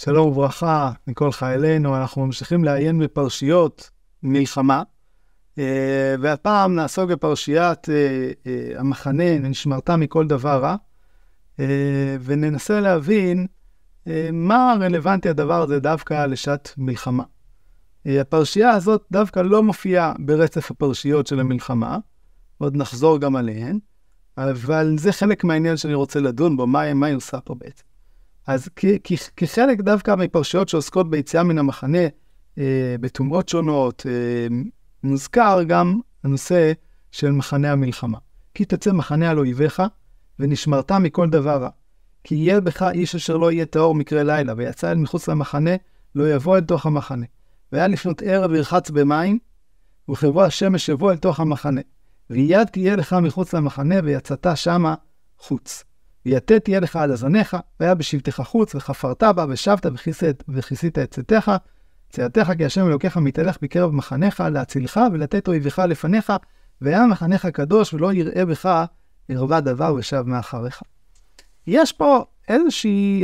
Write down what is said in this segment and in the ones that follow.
שלום וברכה מכל חיילינו, אנחנו ממשיכים לעיין בפרשיות מלחמה, והפעם נעסוק בפרשיית המחנה, נשמרת מכל דבר רע, וננסה להבין מה רלוונטי הדבר הזה דווקא לשעת מלחמה. הפרשייה הזאת דווקא לא מופיעה ברצף הפרשיות של המלחמה, עוד נחזור גם עליהן, אבל זה חלק מהעניין שאני רוצה לדון בו, מה היא עושה פה בעצם. אז כחלק דווקא מפרשיות שעוסקות ביציאה מן המחנה, בתאומות שונות, מוזכר גם הנושא של מחנה המלחמה. כי תצא מחנה על אויביך, ונשמרת מכל דבר רע. כי יהיה בך איש אשר לא יהיה טהור מקרה לילה, ויצא אל מחוץ למחנה, לא יבוא אל תוך המחנה. והיה לפנות ערב ירחץ במים, וכבוא השמש יבוא אל תוך המחנה. ויד תהיה לך מחוץ למחנה, ויצאת שמה חוץ. ויתת תהיה לך על אזניך, והיה בשבתך חוץ, וחפרת בה, ושבת וכיסית את צאתך, כי השם אלוקיך מתהלך בקרב מחניך, להצילך ולתת אויביך לפניך, והיה מחניך קדוש, ולא יראה בך ירבה דבר ושב מאחריך. יש פה איזושהי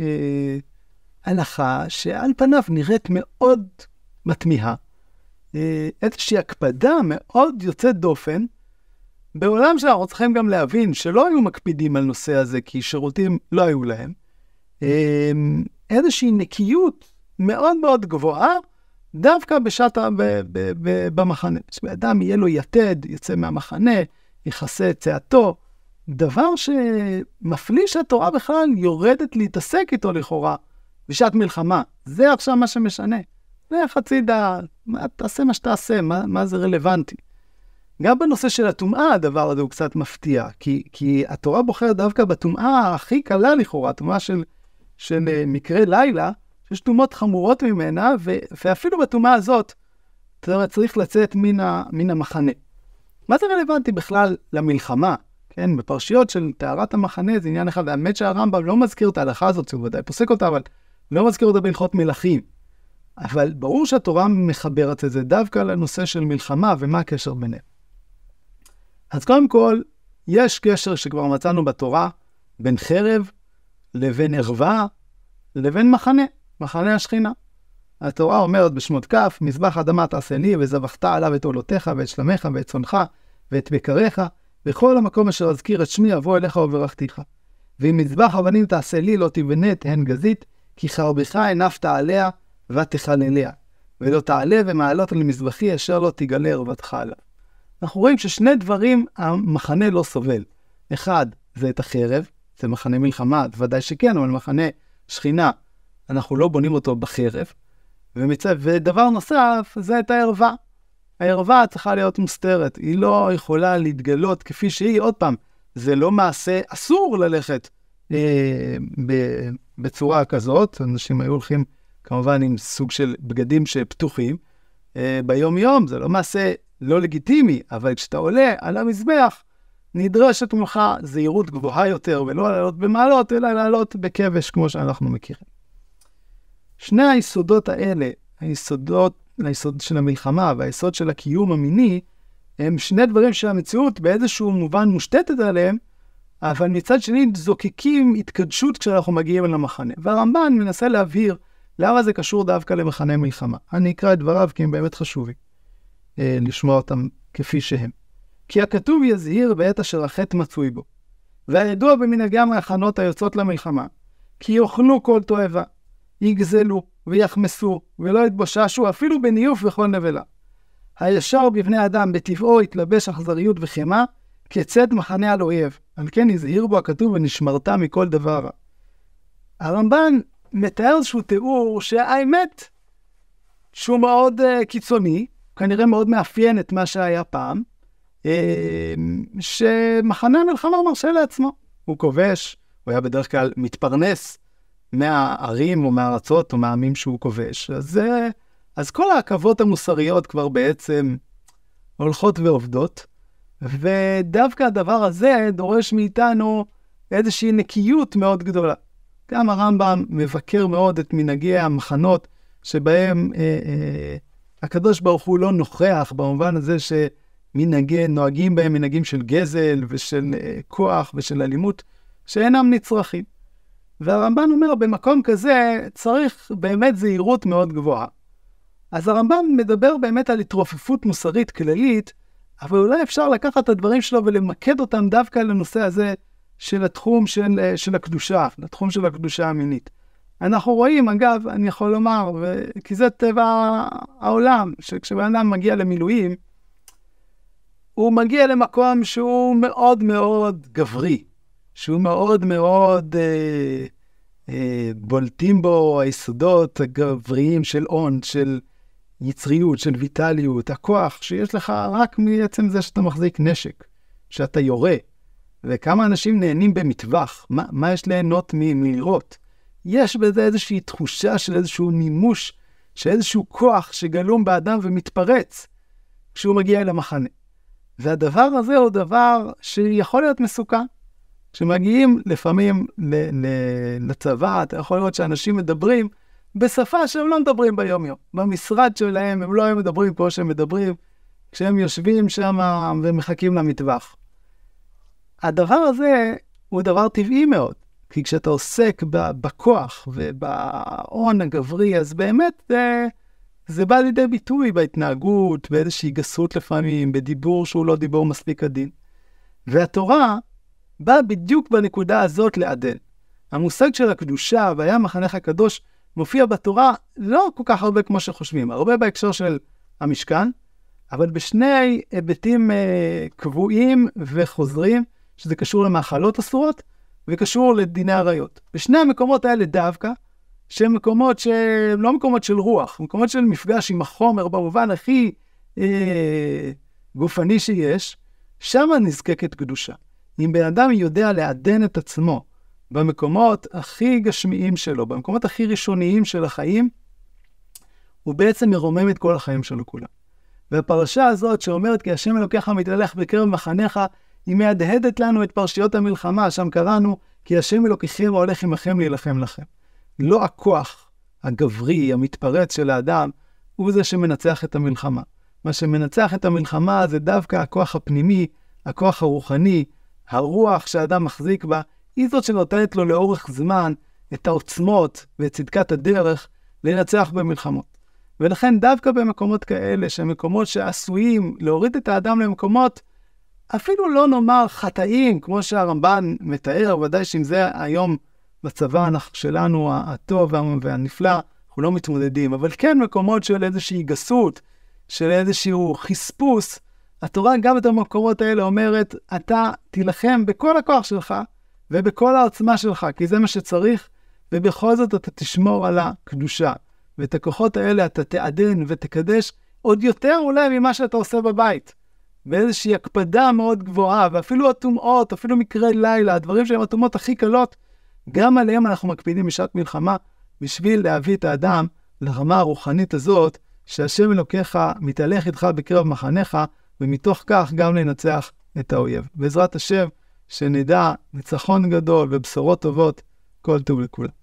הלכה שעל פניו נראית מאוד מתמיהה, איזושהי הקפדה מאוד יוצאת דופן, בעולם שאנחנו צריכים גם להבין שלא היו מקפידים על נושא הזה, כי שירותים לא היו להם. איזושהי נקיות מאוד מאוד גבוהה, דווקא בשעת במחנה. שאדם יהיה לו יתד, יצא מהמחנה, יכסה את צאתו, דבר שמפליא שהתורה בכלל יורדת להתעסק איתו לכאורה, בשעת מלחמה. זה עכשיו מה שמשנה. זה חצי דעת, תעשה מה שתעשה, מה זה רלוונטי. גם בנושא של הטומאה, הדבר הזה הוא קצת מפתיע, כי התורה בוחרת דווקא בטומאה הכי קלה לכאורה, הטומאה של מקרה לילה, שיש טומאות חמורות ממנה, ואפילו בטומאה הזאת, צריך לצאת מן המחנה. מה זה רלוונטי בכלל למלחמה? כן, בפרשיות של טהרת המחנה זה עניין אחד, האמת שהרמב"ם לא מזכיר את ההלכה הזאת, הוא ודאי פוסק אותה, אבל לא מזכיר אותה בהלכות מלכים. אבל ברור שהתורה מחברת את זה דווקא לנושא של מלחמה, ומה הקשר ביניהם. אז קודם כל, יש קשר שכבר מצאנו בתורה, בין חרב לבין ערווה, לבין מחנה השכינה. התורה אומרת בשמות כף, מזבח אדמה תעשה לי, וזבחת עליו את עולותיך, ואת שלמך, ואת צונך, ואת בקריך, וכל המקום אשר אזכיר את שמי, אבוא אליך וברכתיך. ואם מזבח אבנים תעשה לי, לא תבנת, הן גזית, כי חרבך הנפת עליה, ותחלליה. ולא תעלה ומעלות למזבחי, אשר לא תגלה ערוותך עליו. אנחנו רואים ששני דברים המחנה לא סובל. אחד, זה את החרב, זה מחנה מלחמה, ודאי שכן, אבל מחנה שכינה, אנחנו לא בונים אותו בחרב. ודבר נוסף, זה את הערווה. הערווה צריכה להיות מוסתרת, היא לא יכולה להתגלות כפי שהיא. עוד פעם, זה לא מעשה, אסור ללכת בצורה כזאת. אנשים היו הולכים כמובן עם סוג של בגדים שפתוחים. ביום יום זה לא מעשה לא לגיטימי, אבל כשאתה עולה על המזבח, נדרשת ממך זהירות גבוהה יותר, ולא לעלות במעלות, אלא לעלות בכבש, כמו שאנחנו מכירים. שני היסודות האלה, היסוד של המלחמה, והיסוד של הקיום המיני, הם שני דברים שהמציאות באיזשהו מובן מושתתת עליהם, אבל מצד שני זוקקים התקדשות כשאנחנו מגיעים אל המחנה. והרמב"ן מנסה להבהיר למה זה קשור דווקא למחנה מלחמה. אני אקרא את דבריו כי הם באמת חשובים. לשמוע אותם כפי שהם. כי הכתוב יזהיר בעת אשר החטא מצוי בו, והידוע במנהגי המחנות היוצאות למלחמה, כי יאכלו כל תועבה, יגזלו ויחמסו, ולא יתבוששו אפילו בניוף וכל נבלה. הישר בבני אדם בטבעו יתלבש אכזריות וחמה, כצאת מחנה על אויב. על כן יזהיר בו הכתוב ונשמרת מכל דבר רע. הרמב"ן מתאר איזשהו תיאור שהאמת שהוא מאוד קיצוני, כנראה מאוד מאפיין את מה שהיה פעם, שמחנה המלחמה מרשה לעצמו. הוא כובש, הוא היה בדרך כלל מתפרנס מהערים או מהארצות או מהעמים שהוא כובש. אז כל העכבות המוסריות כבר בעצם הולכות ועובדות, ודווקא הדבר הזה דורש מאיתנו איזושהי נקיות מאוד גדולה. גם הרמב"ם מבקר מאוד את מנהגי המחנות, שבהם הקדוש ברוך הוא לא נוכח, במובן הזה נוהגים בהם מנהגים של גזל ושל כוח ושל אלימות, שאינם נצרכים. והרמב"ן אומר, במקום כזה צריך באמת זהירות מאוד גבוהה. אז הרמב"ן מדבר באמת על התרופפות מוסרית כללית, אבל אולי אפשר לקחת את הדברים שלו ולמקד אותם דווקא לנושא הזה של התחום של הקדושה, לתחום של הקדושה המינית. אנחנו רואים, אגב, אני יכול לומר, כי זה טבע העולם, שכשבן אדם מגיע למילואים, הוא מגיע למקום שהוא מאוד מאוד גברי, שהוא מאוד מאוד בולטים בו היסודות הגבריים של און, של יצריות, של ויטליות, הכוח שיש לך רק מעצם זה שאתה מחזיק נשק, שאתה יורה, וכמה אנשים נהנים במטווח, מה יש ליהנות מלירות? יש בזה איזושהי תחושה של איזשהו מימוש, של איזשהו כוח שגלום באדם ומתפרץ כשהוא מגיע אל המחנה. והדבר הזה הוא דבר שיכול להיות מסוכן. כשמגיעים לפעמים לצבא, אתה יכול לראות שאנשים מדברים בשפה שהם לא מדברים ביום יום. במשרד שלהם הם לא מדברים כמו שהם מדברים, כשהם יושבים שם ומחכים למטווח. הדבר הזה הוא דבר טבעי מאוד, כי כשאתה עוסק בכוח ובהון הגברי, אז באמת זה בא לידי ביטוי בהתנהגות, באיזושהי גסות לפעמים, בדיבור שהוא לא דיבור מספיק עדין. והתורה באה בדיוק בנקודה הזאת לעדן. המושג של הקדושה והיה מחנך הקדוש מופיע בתורה לא כל כך הרבה כמו שחושבים, הרבה בהקשר של המשכן, אבל בשני היבטים קבועים וחוזרים, שזה קשור למאכלות אסורות וקשור לדיני עריות. בשני המקומות האלה דווקא, שהם מקומות שהם לא מקומות של רוח, מקומות של מפגש עם החומר במובן הכי גופני שיש, שם נזקקת קדושה. אם בן אדם יודע לעדן את עצמו במקומות הכי גשמיים שלו, במקומות הכי ראשוניים של החיים, הוא בעצם מרומם את כל החיים שלו כולם. והפרשה הזאת שאומרת, כי השם אלוקיך מתהלך בקרב מחניך, היא מהדהדת לנו את פרשיות המלחמה, שם קראנו, כי השם אלוקיכם הולך עמכם להילחם לכם. לא הכוח הגברי, המתפרץ של האדם, הוא זה שמנצח את המלחמה. מה שמנצח את המלחמה זה דווקא הכוח הפנימי, הכוח הרוחני, הרוח שהאדם מחזיק בה, היא זאת שנותנת לו לאורך זמן את העוצמות ואת צדקת הדרך לנצח במלחמות. ולכן דווקא במקומות כאלה, שמקומות שעשויים להוריד את האדם למקומות, אפילו לא נאמר חטאים, כמו שהרמב"ן מתאר, ודאי שאם זה היום בצבא שלנו הטוב והנפלא, אנחנו לא מתמודדים, אבל כן מקומות של איזושהי גסות, של איזשהו חספוס, התורה גם את המקומות האלה אומרת, אתה תילחם בכל הכוח שלך, ובכל העוצמה שלך, כי זה מה שצריך, ובכל זאת אתה תשמור על הקדושה. ואת הכוחות האלה אתה תעדן ותקדש עוד יותר אולי ממה שאתה עושה בבית. באיזושהי הקפדה מאוד גבוהה, ואפילו הטומאות, אפילו מקרי לילה, הדברים שהם הטומאות הכי קלות, גם עליהם אנחנו מקפידים בשעת מלחמה, בשביל להביא את האדם לרמה הרוחנית הזאת, שהשם אלוקיך מתהלך איתך בקרב מחניך, ומתוך כך גם לנצח את האויב. בעזרת השם, שנדע ניצחון גדול ובשורות טובות, כל טוב לכולם.